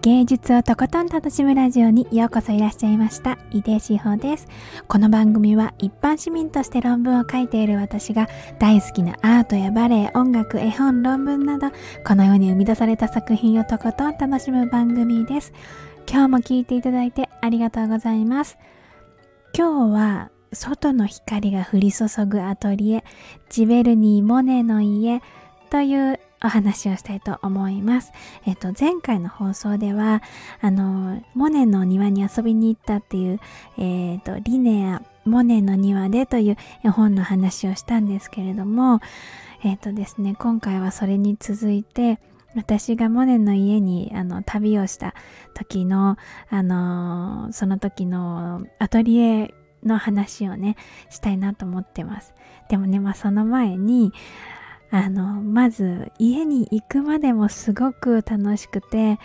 芸術をとことん楽しむラジオにようこそいらっしゃいました。井出志保です。この番組は一般市民として論文を書いている私が大好きなアートやバレエ、音楽、絵本、論文などこの世に生み出された作品をとことん楽しむ番組です。今日も聞いていただいてありがとうございます。今日は外の光が降り注ぐアトリエ、ジヴェルニー・モネの家というお話をしたいと思います。前回の放送ではモネの庭に遊びに行ったっていう、リネア・モネの庭でという絵本の話をしたんですけれども、ですね、今回はそれに続いて私がモネの家に旅をした時のその時のアトリエの話をねしたいなと思ってます。でもね、その前にまず家に行くまでもすごく楽しくて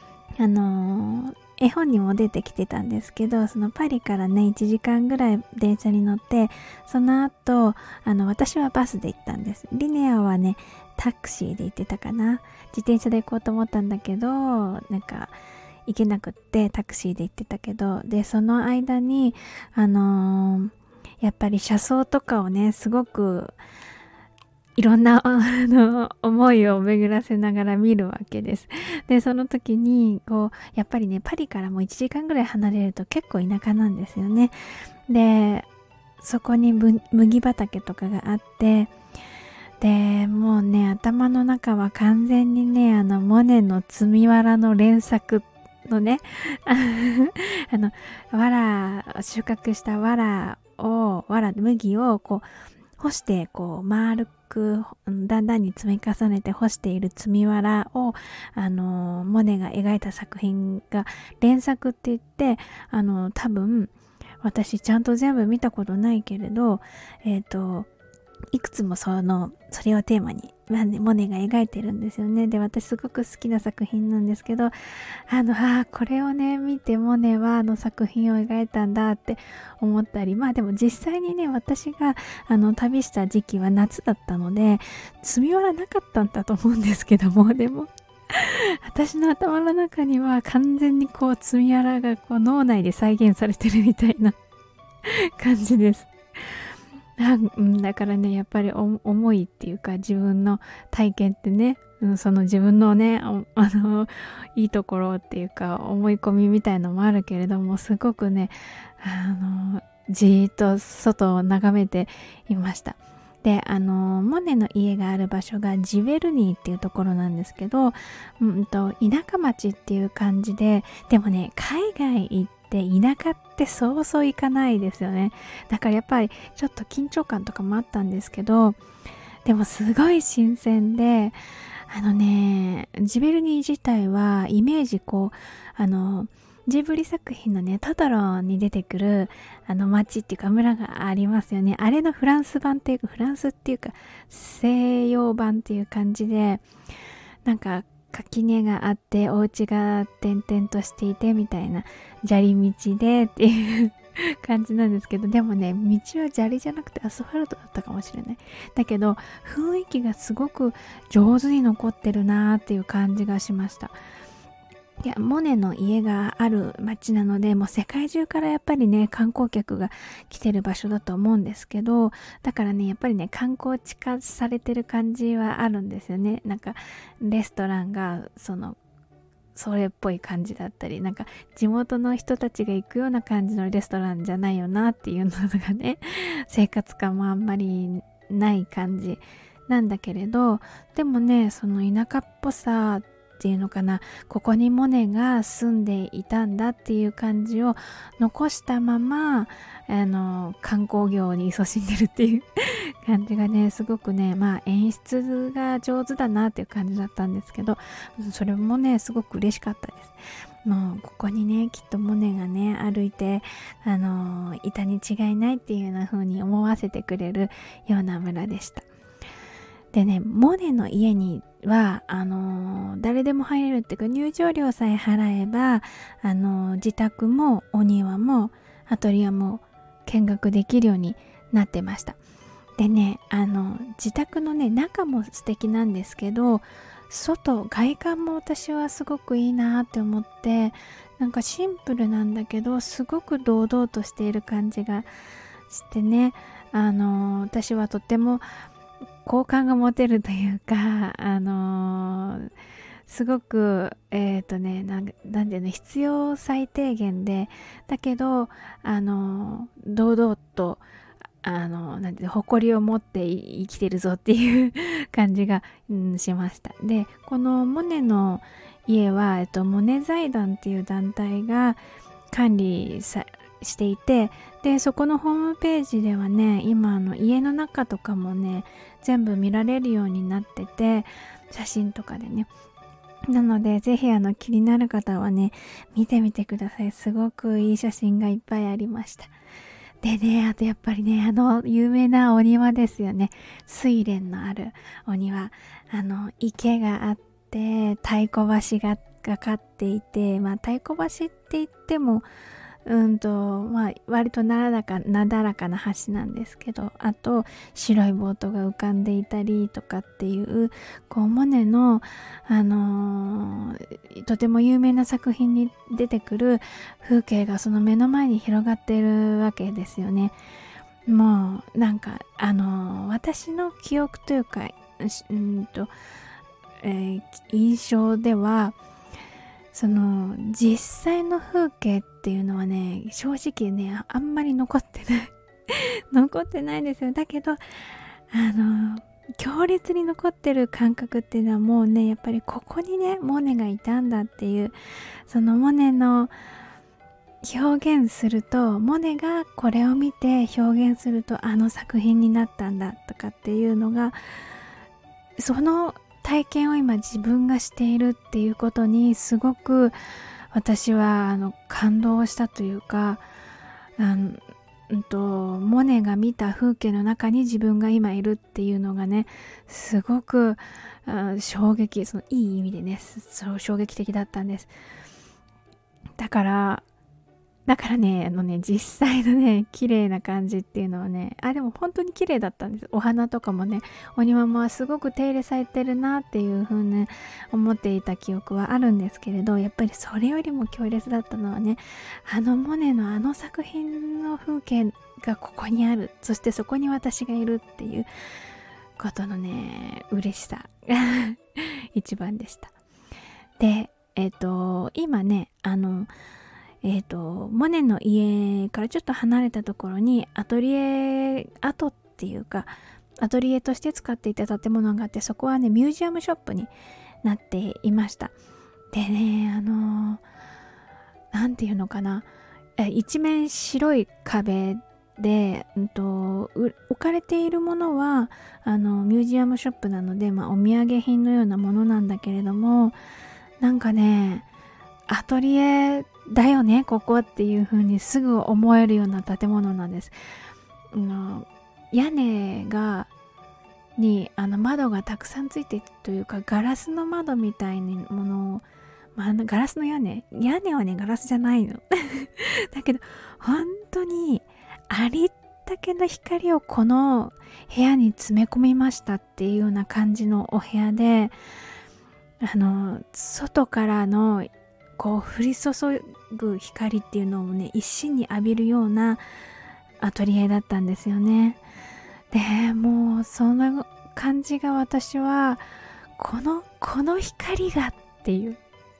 絵本にも出てきてたんですけど、そのパリからね1時間ぐらい電車に乗って、その後私はバスで行ったんです。リネアはねタクシーで行ってたかな。自転車で行こうと思ったんだけどなんか行けなくってタクシーで行ってたけど、でその間にやっぱり車窓とかをねすごくいろんな思いを巡らせながら見るわけです。でその時にやっぱりねパリからもう1時間ぐらい離れると結構田舎なんですよね。でそこに麦畑とかがあって、でもうね頭の中は完全にねモネの積みわらの連作のね収穫した麦を干して丸くだんだんに積み重ねて干している積みわらをモネが描いた作品が連作って言って多分私ちゃんと全部見たことないけれどいくつもそれをテーマにモネが描いてるんですよね。で私すごく好きな作品なんですけどこれをね見てモネは作品を描いたんだって思ったり、でも実際にね私が旅した時期は夏だったので積みわらなかったんだと思うんですけども、でも私の頭の中には完全に積みわらが脳内で再現されてるみたいな感じです。だからねやっぱり思いっていうか自分の体験ってね、その自分のねいいところっていうか思い込みみたいのもあるけれども、すごくねじーっと外を眺めていました。でモネの家がある場所がジヴェルニーっていうところなんですけど、田舎町っていう感じで、でもね海外行って田舎ってそうそう行かないですよね。だからやっぱりちょっと緊張感とかもあったんですけど、でもすごい新鮮でジヴェルニー自体はイメージジブリ作品のねトトロに出てくる町っていうか村がありますよね。あれのフランスっていうか西洋版っていう感じで、なんか垣根があってお家が点々としていてみたいな砂利道でっていう感じなんですけど、でもね道は砂利じゃなくてアスファルトだったかもしれない。だけど雰囲気がすごく上手に残ってるなーっていう感じがしました。いやモネの家がある町なのでもう世界中からやっぱりね観光客が来てる場所だと思うんですけど、だからねやっぱりね観光地化されてる感じはあるんですよね。なんかレストランがそれっぽい感じだったり、なんか地元の人たちが行くような感じのレストランじゃないよなっていうのがね生活感もあんまりない感じなんだけれど、でもねその田舎っぽさっていうのかな、ここにモネが住んでいたんだっていう感じを残したまま観光業に勤しんでるっていう感じがねすごくね演出が上手だなっていう感じだったんですけど、それもねすごく嬉しかったです。もうここにねきっとモネがね歩いていたに違いないっていうような風に思わせてくれるような村でした。でねモネの家には誰でも入れるっていうか入場料さえ払えば自宅もお庭もアトリエも見学できるようになってました。でね自宅のね中も素敵なんですけど、 外観も私はすごくいいなって思って、なんかシンプルなんだけどすごく堂々としている感じがしてね、私はとっても好感が持てるというか、すごくなんていうの、必要最低限でだけど堂々となんていうの、誇りを持って生きてるぞっていう感じが、しました。でこのモネの家は、モネ財団っていう団体が管理していて、でそこのホームページではね、今家の中とかもね全部見られるようになってて、写真とかでね。なのでぜひ気になる方はね見てみてください。すごくいい写真がいっぱいありました。でね、あとやっぱりね、有名なお庭ですよね。睡蓮のあるお庭。池があって、太鼓橋がかかっていて、太鼓橋って言っても、割となだらかな橋なんですけど、あと白いボートが浮かんでいたりとかっていう、モネの、とても有名な作品に出てくる風景がその目の前に広がっているわけですよね。もうなんか私の記憶というか、印象ではその実際の風景っていうのはね、正直ねあんまり残ってない残ってないんですよ。だけど強烈に残ってる感覚っていうのはもうね、やっぱりここにねモネがいたんだっていう、そのモネの表現すると、モネがこれを見て表現すると作品になったんだとかっていうのが、その体験を今自分がしているっていうことにすごく私は感動したというか、モネが見た風景の中に自分が今いるっていうのがね、すごく衝撃、そのいい意味でね、衝撃的だったんです。だからね、実際のね、綺麗な感じっていうのはね、でも本当に綺麗だったんです。お花とかもね、お庭もすごく手入れされてるなっていう風に思っていた記憶はあるんですけれど、やっぱりそれよりも強烈だったのはね、モネの作品の風景がここにある。そしてそこに私がいるっていうことのね、嬉しさが一番でした。で、今ね、モネの家からちょっと離れたところにアトリエ跡っていうか、アトリエとして使っていた建物があって、そこはねミュージアムショップになっていました。でね、なんていうのかな、一面白い壁で、置かれているものはミュージアムショップなので、お土産品のようなものなんだけれども、なんかね、アトリエだよねここっていう風にすぐ思えるような建物なんです。屋根に窓がたくさんついているというか、ガラスの窓みたいなものを、ガラスの屋根はねガラスじゃないのだけど本当にありったけの光をこの部屋に詰め込みましたっていうような感じのお部屋で、外からの降り注ぐ光っていうのをね一身に浴びるようなアトリエだったんですよね。でもうその感じが、私はこの光がっていう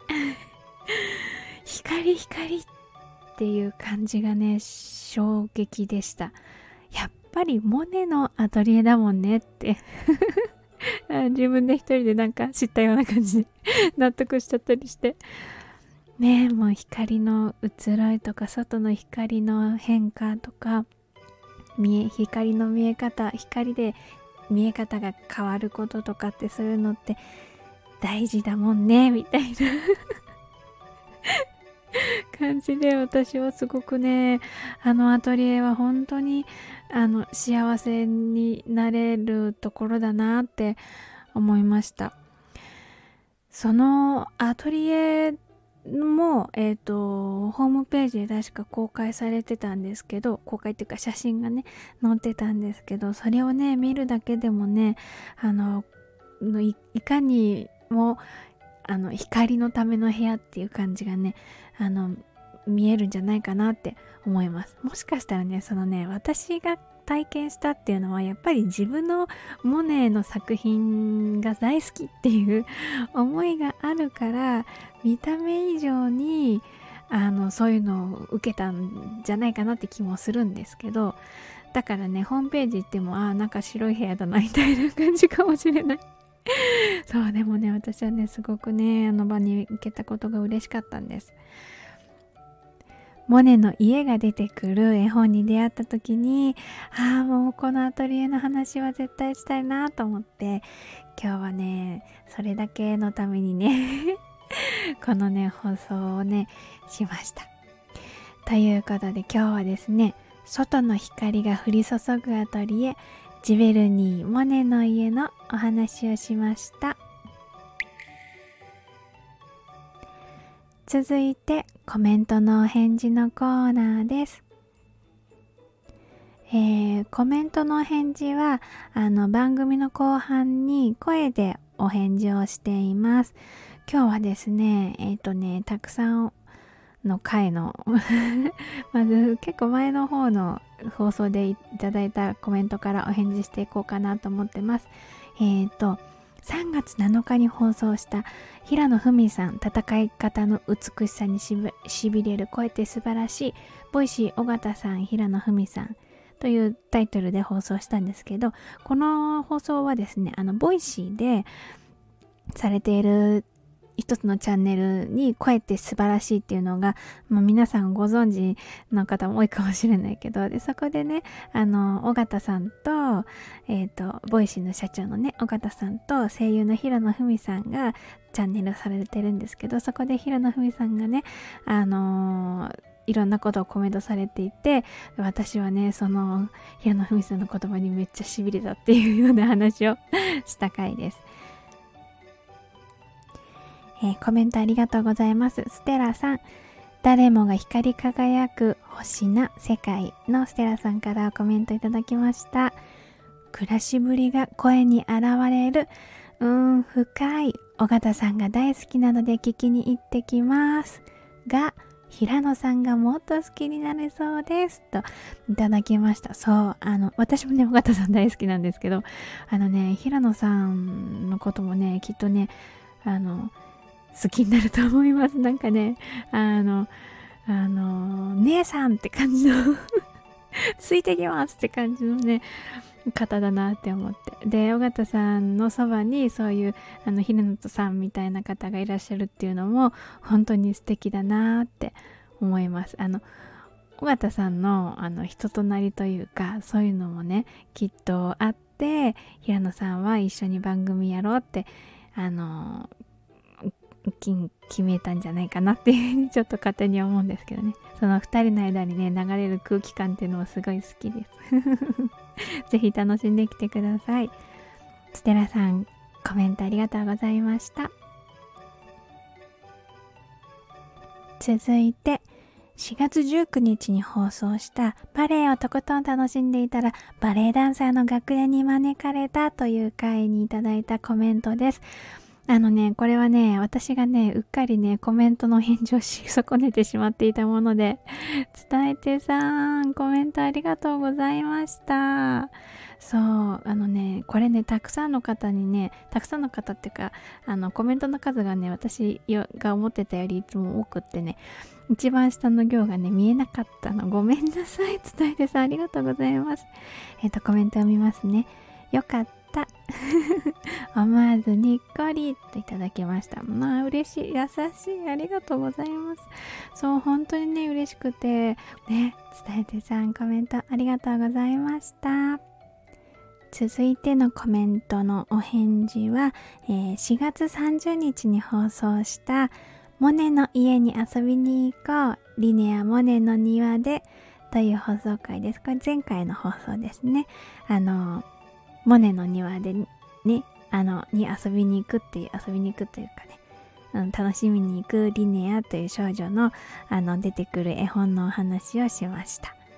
光っていう感じがね衝撃でした。やっぱりモネのアトリエだもんねって自分で一人でなんか知ったような感じで納得しちゃったりしてね。もう光の移ろいとか、外の光の変化とか、光の見え方、光で見え方が変わることとかって、そういうのって大事だもんねみたいな感じで、私はすごくねアトリエは本当に幸せになれるところだなって思いました。そのアトリエも、ホームページで確か公開されてたんですけど、公開っていうか写真がね載ってたんですけど、それをね見るだけでもねいかにも光のための部屋っていう感じがね見えるんじゃないかなって思います。もしかしたらね私が体験したっていうのはやっぱり自分のモネの作品が大好きっていう思いがあるから見た目以上にそういうのを受けたんじゃないかなって気もするんですけど、だからねホームページ行ってもなんか白い部屋だなみたいな感じかもしれないそうでもね私はねすごくね場に行けたことが嬉しかったんです。モネの家が出てくる絵本に出会った時にもうこのアトリエの話は絶対したいなと思って今日はねそれだけのためにねこのね放送をねしました。ということで今日はですね外の光が降り注ぐアトリエジベルニー・モネの家のお話をしました。続いてコメントのお返事のコーナーです。コメントのお返事は番組の後半に声でお返事をしています。今日はですねたくさんの回のまず結構前の方の放送でいただいたコメントからお返事していこうかなと思ってます。3月7日に放送した平野文さん戦い方の美しさにしびれる声って素晴らしいボイシー尾形さん平野文さんというタイトルで放送したんですけど、この放送はですねボイシーでされている一つのチャンネルに声って素晴らしいっていうのが、皆さんご存知の方も多いかもしれないけど、でそこでね尾形さんとボイシーの社長のね尾形さんと声優の平野文さんがチャンネルされてるんですけど、そこで平野文さんがねいろんなことをコメントされていて、私はねその平野文さんの言葉にめっちゃしびれたっていうような話をした回です。コメントありがとうございます。ステラさん、誰もが光り輝く星な世界のステラさんからコメントいただきました。暮らしぶりが声に現れる深い尾形さんが大好きなので聞きに行ってきますが、平野さんがもっと好きになれそうですといただきました。そう私もね尾形さん大好きなんですけど平野さんのこともねきっとね好きになると思います。なんかね姉さんって感じのついてきますって感じのね方だなって思って、で尾形さんのそばにそういう平野さんみたいな方がいらっしゃるっていうのも本当に素敵だなって思います。尾形さんの人となりというかそういうのもねきっとあって、平野さんは一緒に番組やろうって決めたんじゃないかなっていうちょっと勝手に思うんですけどね、その2人の間にね流れる空気感っていうのもすごい好きですぜひ楽しんできてください。ステラさんコメントありがとうございました。続いて4月19日に放送したバレエをとことん楽しんでいたらバレエダンサーの楽屋に招かれたという回にいただいたコメントです。これはね私がねうっかりねコメントの返事をし損ねてしまっていたもので、伝えてさんコメントありがとうございました。そうこれねたくさんの方っていうかコメントの数がね私が思ってたよりいつも多くってね、一番下の行がね見えなかったのごめんなさい。伝えてさんありがとうございます。コメントを見ますね。よかった思わずにっこりといただきました。嬉しい、優しい、ありがとうございます。そう本当にね嬉しくてね、伝えてさんコメントありがとうございました。続いてのコメントのお返事は、4月30日に放送したモネの家に遊びに行こうリネアモネの庭でという放送回です。これ前回の放送ですね。モネの庭でねに遊びに行くというかね、楽しみに行くリネアという少女の出てくる絵本のお話をしました。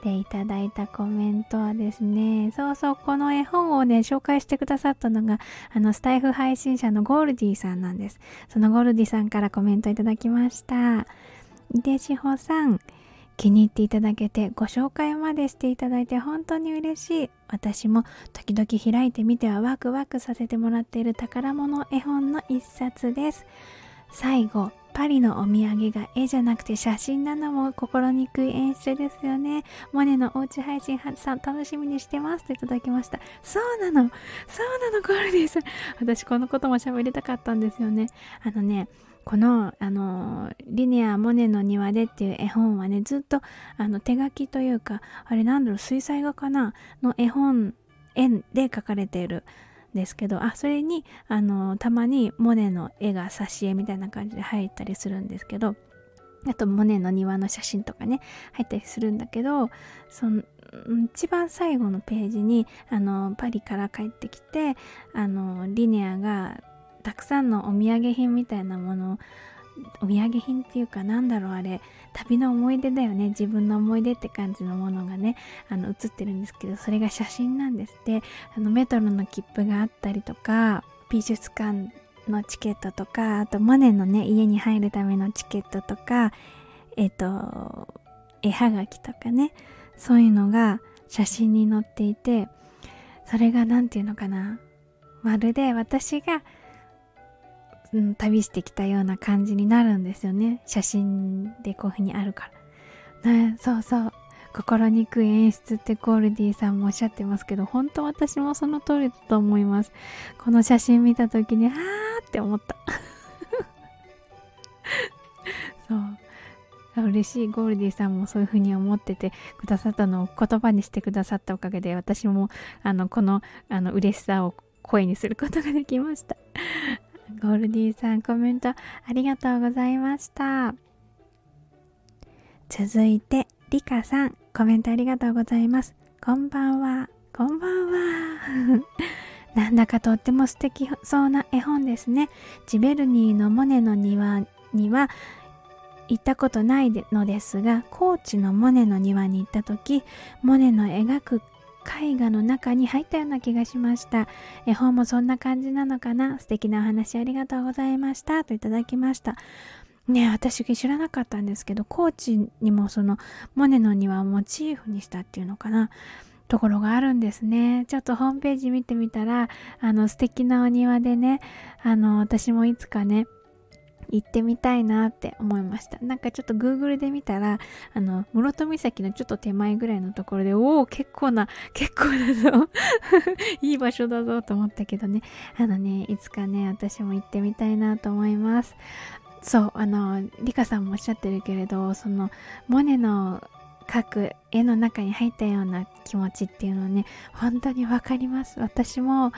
でいただいたコメントはですね、そうそう、この絵本をね紹介してくださったのがスタイフ配信者のゴールディさんなんです。そのゴールディさんからコメントいただきました。井出志保さん、気に入っていただけてご紹介までしていただいて本当に嬉しい。私も時々開いてみてはワクワクさせてもらっている宝物絵本の一冊です。最後パリのお土産が絵じゃなくて写真なのも心にくい演出ですよね。モネのおうち配信さん楽しみにしてますといただきました。そうなのゴールディさん、私このことも喋りたかったんですよね。このリネア・モネの庭でっていう絵本はね、ずっと手書きというか、あれなんだろう、水彩画かなの絵で描かれているですけど、それにたまにモネの絵が挿絵みたいな感じで入ったりするんですけど、あとモネの庭の写真とかね入ったりするんだけど、その一番最後のページにパリから帰ってきてリネアがたくさんのお土産品みたいなもの、お土産品っていうかなんだろう、あれ旅の思い出だよね、自分の思い出って感じのものがね写ってるんですけど、それが写真なんです。でメトロの切符があったりとか、美術館のチケットとか、あとモネのね家に入るためのチケットとか、絵はがきとかね、そういうのが写真に載っていて、それがなんていうのかな、まるで私が旅してきたような感じになるんですよね、写真でこういう風にあるからね。そうそう、心にくい演出ってゴールディさんもおっしゃってますけど、本当私もその通りだと思います。この写真見た時にって思ったそう嬉しい。ゴールディさんもそういう風に思っててくださったのを言葉にしてくださったおかげで、私もこの嬉しさを声にすることができましたゴールディさん、コメントありがとうございました。続いてリカさん、コメントありがとうございます。こんばんは。こんばんはなんだかとっても素敵そうな絵本ですね。ジベルニーのモネの庭には行ったことないのですが、高知のモネの庭に行った時、モネの描く絵画の中に入ったような気がしました。絵本もそんな感じなのかな。素敵なお話ありがとうございましたといただきましたね。私知らなかったんですけど、高知にもそのモネの庭をモチーフにしたっていうのかな、ところがあるんですね。ちょっとホームページ見てみたら素敵なお庭でね、私もいつかね行ってみたいなって思いました。なんかちょっと Google で見たら室戸岬のちょっと手前ぐらいのところで、結構だぞいい場所だぞと思ったけどね、いつかね私も行ってみたいなと思います。そう、リカさんもおっしゃってるけれど、そのモネの描く絵の中に入ったような気持ちっていうのね、本当にわかります。私も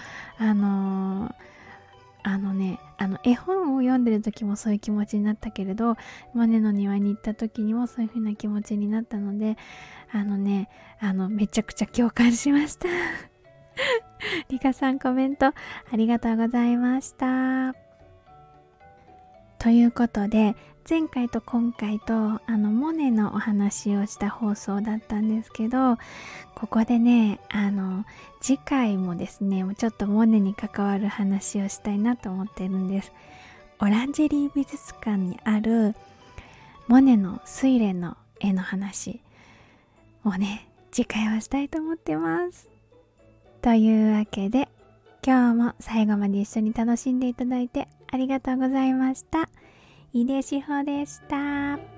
絵本を読んでる時もそういう気持ちになったけれど、モネの庭に行った時にもそういう風な気持ちになったので、めちゃくちゃ共感しましたリカさん、コメントありがとうございました。ということで、前回と今回とモネのお話をした放送だったんですけど、ここでね次回もですねちょっとモネに関わる話をしたいなと思ってるんです。オランジェリー美術館にあるモネの睡蓮の絵の話をね次回はしたいと思ってます。というわけで、今日も最後まで一緒に楽しんでいただいてありがとうございました。井出志保でした。